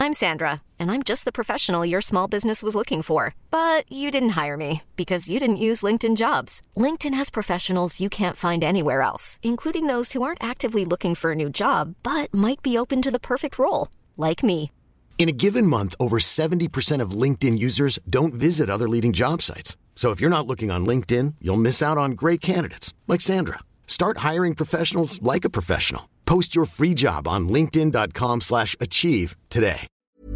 I'm Sandra, and I'm just the professional your small business was looking for. But you didn't hire me because you didn't use LinkedIn Jobs. LinkedIn has professionals you can't find anywhere else, including those who aren't actively looking for a new job, but might be open to the perfect role, like me. In a given month, over 70% of LinkedIn users don't visit other leading job sites. So if you're not looking on LinkedIn, you'll miss out on great candidates like Sandra. Start hiring professionals like a professional. Post your free job on linkedin.com/achieve today.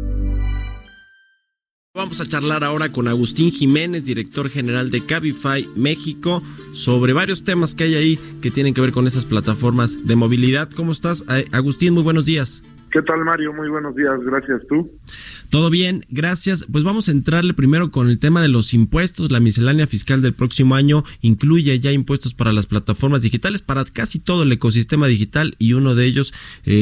Vamos a charlar ahora con Agustín Jiménez, director general de Cabify México, sobre varios temas que hay ahí que tienen que ver con esas plataformas de movilidad. ¿Cómo estás, Agustín? Muy buenos días. ¿Qué tal, Mario? Muy buenos días, gracias. ¿Tú? Todo bien, gracias. Pues vamos a entrarle primero con el tema de los impuestos. La miscelánea fiscal del próximo año incluye ya impuestos para las plataformas digitales, para casi todo el ecosistema digital, y uno de ellos,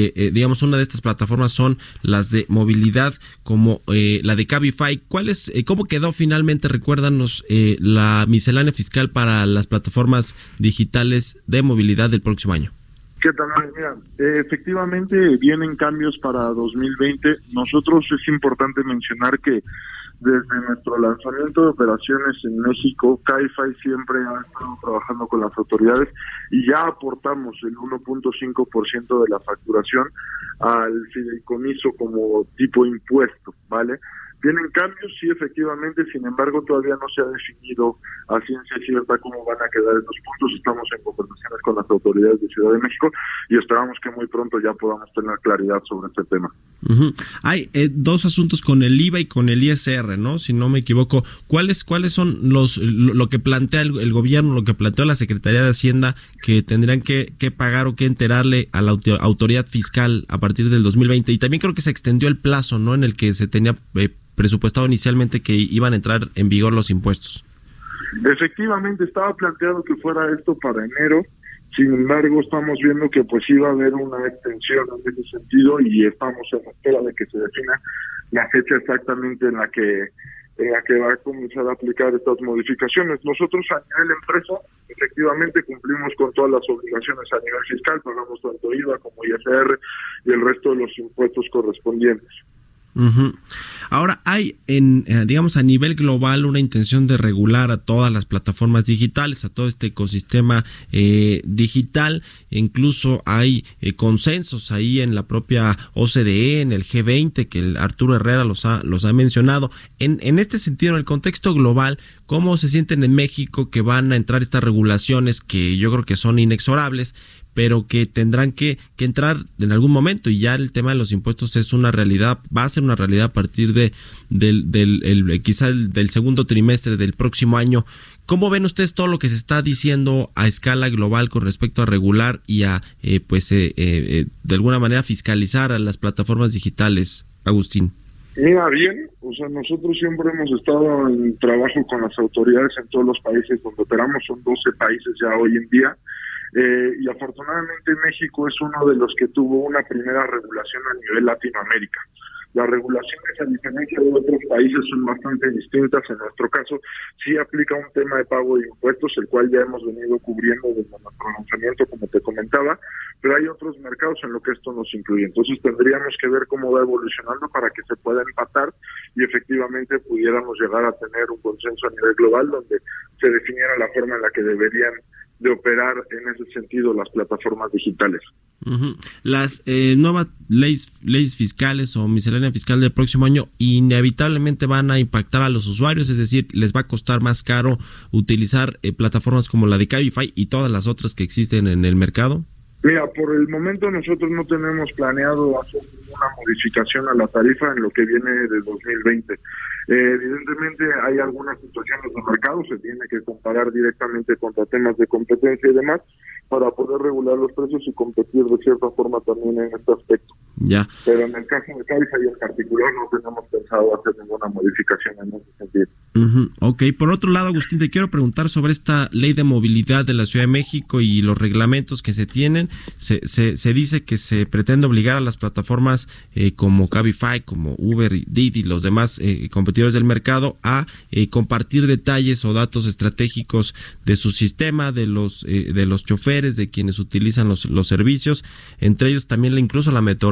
una de estas plataformas son las de movilidad, como la de Cabify. ¿Cómo quedó finalmente? Recuérdanos la miscelánea fiscal para las plataformas digitales de movilidad del próximo año. ¿Qué tal? Mira, efectivamente vienen cambios para 2020. Nosotros es importante mencionar que desde nuestro lanzamiento de operaciones en México, Cabify siempre ha estado trabajando con las autoridades y ya aportamos el 1.5% de la facturación al fideicomiso como tipo impuesto, ¿vale? Vienen cambios, sí, efectivamente, sin embargo, todavía no se ha definido a ciencia cierta cómo van a quedar estos puntos. Estamos en conversaciones con las autoridades de Ciudad de México y esperamos que muy pronto ya podamos tener claridad sobre este tema. Uh-huh. Hay dos asuntos con el IVA y con el ISR, ¿no? Si no me equivoco. ¿Cuáles son lo que plantea el gobierno, lo que planteó la Secretaría de Hacienda, que tendrían que pagar o que enterarle a la autoridad fiscal a partir del 2020? Y también creo que se extendió el plazo, ¿no?, en el que se tenía presupuestado inicialmente que iban a entrar en vigor los impuestos. Efectivamente, estaba planteado que fuera esto para enero. Sin embargo, estamos viendo que pues iba a haber una extensión en ese sentido y estamos en espera de que se defina la fecha exactamente en la que va a comenzar a aplicar estas modificaciones. Nosotros a nivel empresa, efectivamente cumplimos con todas las obligaciones a nivel fiscal, pagamos tanto IVA como ISR y el resto de los impuestos correspondientes. Uh-huh. Ahora hay a nivel global una intención de regular a todas las plataformas digitales, a todo este ecosistema digital. Incluso hay consensos ahí en la propia OCDE, en el G20, que Arturo Herrera los ha mencionado. En este sentido, en el contexto global, ¿cómo se sienten en México que van a entrar estas regulaciones que yo creo que son inexorables, pero que tendrán que entrar en algún momento? Y ya el tema de los impuestos es una realidad, va a ser una realidad a partir quizá del segundo trimestre del próximo año. ¿Cómo ven ustedes todo lo que se está diciendo a escala global con respecto a regular y a de alguna manera fiscalizar a las plataformas digitales, Agustín? Mira, bien, nosotros siempre hemos estado en trabajo con las autoridades en todos los países donde operamos, son 12 países ya hoy en día. Y afortunadamente México es uno de los que tuvo una primera regulación a nivel Latinoamérica. Las regulaciones, a diferencia de otros países, son bastante distintas. En nuestro caso, sí aplica un tema de pago de impuestos, el cual ya hemos venido cubriendo desde nuestro lanzamiento, como te comentaba, pero hay otros mercados en lo que esto nos incluye. Entonces tendríamos que ver cómo va evolucionando para que se pueda empatar y efectivamente pudiéramos llegar a tener un consenso a nivel global donde se definiera la forma en la que deberían de operar en ese sentido las plataformas digitales. Uh-huh. Las nuevas leyes fiscales o miscelánea fiscal del próximo año inevitablemente van a impactar a los usuarios, es decir, les va a costar más caro utilizar plataformas como la de Cabify y todas las otras que existen en el mercado. Mira, por el momento nosotros no tenemos planeado hacer ninguna modificación a la tarifa en lo que viene de 2020. Evidentemente hay algunas situaciones de mercado, se tiene que comparar directamente contra temas de competencia y demás para poder regular los precios y competir de cierta forma también en este aspecto. Ya. Pero en el caso de Cabify en particular no tenemos pensado hacer ninguna modificación en ese sentido. Uh-huh. Ok, por otro lado, Agustín, te quiero preguntar sobre esta ley de movilidad de la Ciudad de México y los reglamentos que se tienen. Se dice que se pretende obligar a las plataformas como Cabify, como Uber y Didi y los demás competidores del mercado a compartir detalles o datos estratégicos de su sistema, de los choferes, de quienes utilizan los servicios, entre ellos también incluso la metodología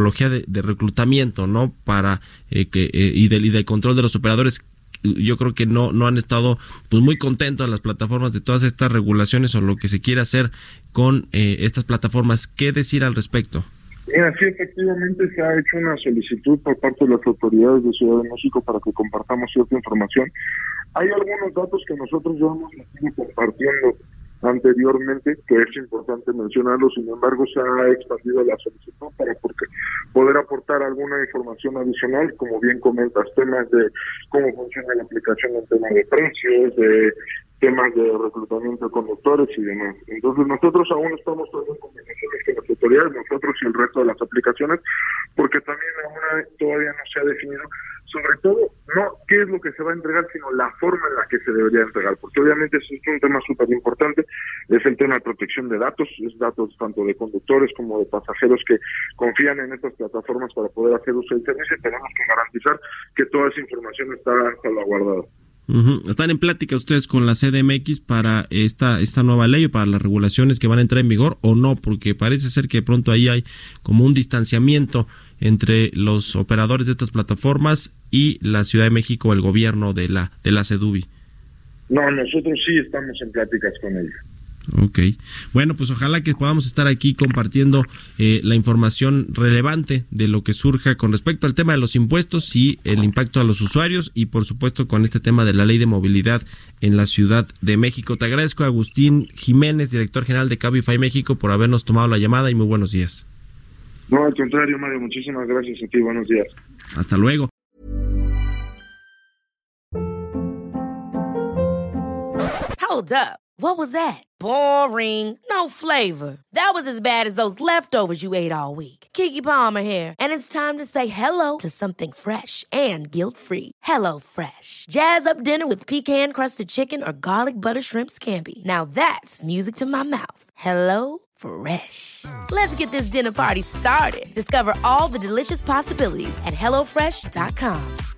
metodología de reclutamiento, ¿no? Para y del control de los operadores. Yo creo que no han estado pues muy contentos las plataformas de todas estas regulaciones o lo que se quiere hacer con estas plataformas. ¿Qué decir al respecto? Mira, sí, efectivamente se ha hecho una solicitud por parte de las autoridades de Ciudad de México para que compartamos cierta información. Hay algunos datos que nosotros ya hemos estado compartiendo anteriormente, que es importante mencionarlo, sin embargo se ha expandido la solicitud para poder aportar alguna información adicional, como bien comentas, temas de cómo funciona la aplicación en temas de precios, de temas de reclutamiento de conductores y demás. Entonces nosotros aún estamos todavía en conversaciones con las autoridades, nosotros y el resto de las aplicaciones, porque también aún todavía no se ha definido, sobre todo, no qué es lo que se va a entregar, sino la forma en la que se debería entregar, porque obviamente eso es un tema súper importante, es el tema de protección de datos, es datos tanto de conductores como de pasajeros que confían en estas plataformas para poder hacer uso del servicio, y tenemos que garantizar que toda esa información está salvaguardada. ¿Están en plática ustedes con la CDMX para esta nueva ley o para las regulaciones que van a entrar en vigor o no? Porque parece ser que de pronto ahí hay como un distanciamiento entre los operadores de estas plataformas y la Ciudad de México, el gobierno de la CEDUBI. No, nosotros sí estamos en pláticas con ellos. Ok, bueno, pues ojalá que podamos estar aquí compartiendo la información relevante de lo que surja con respecto al tema de los impuestos y el impacto a los usuarios y por supuesto con este tema de la ley de movilidad en la Ciudad de México. Te agradezco, Agustín Jiménez, director general de Cabify México, por habernos tomado la llamada y muy buenos días. No, al contrario, Mario, muchísimas gracias a ti, buenos días. Hasta luego. Hold up. What was that? Boring. No flavor. That was as bad as those leftovers you ate all week. Keke Palmer here, and it's time to say hello to something fresh and guilt-free. Hello Fresh. Jazz up dinner with pecan-crusted chicken or garlic butter shrimp scampi. Now that's music to my mouth. Hello Fresh. Let's get this dinner party started. Discover all the delicious possibilities at HelloFresh.com.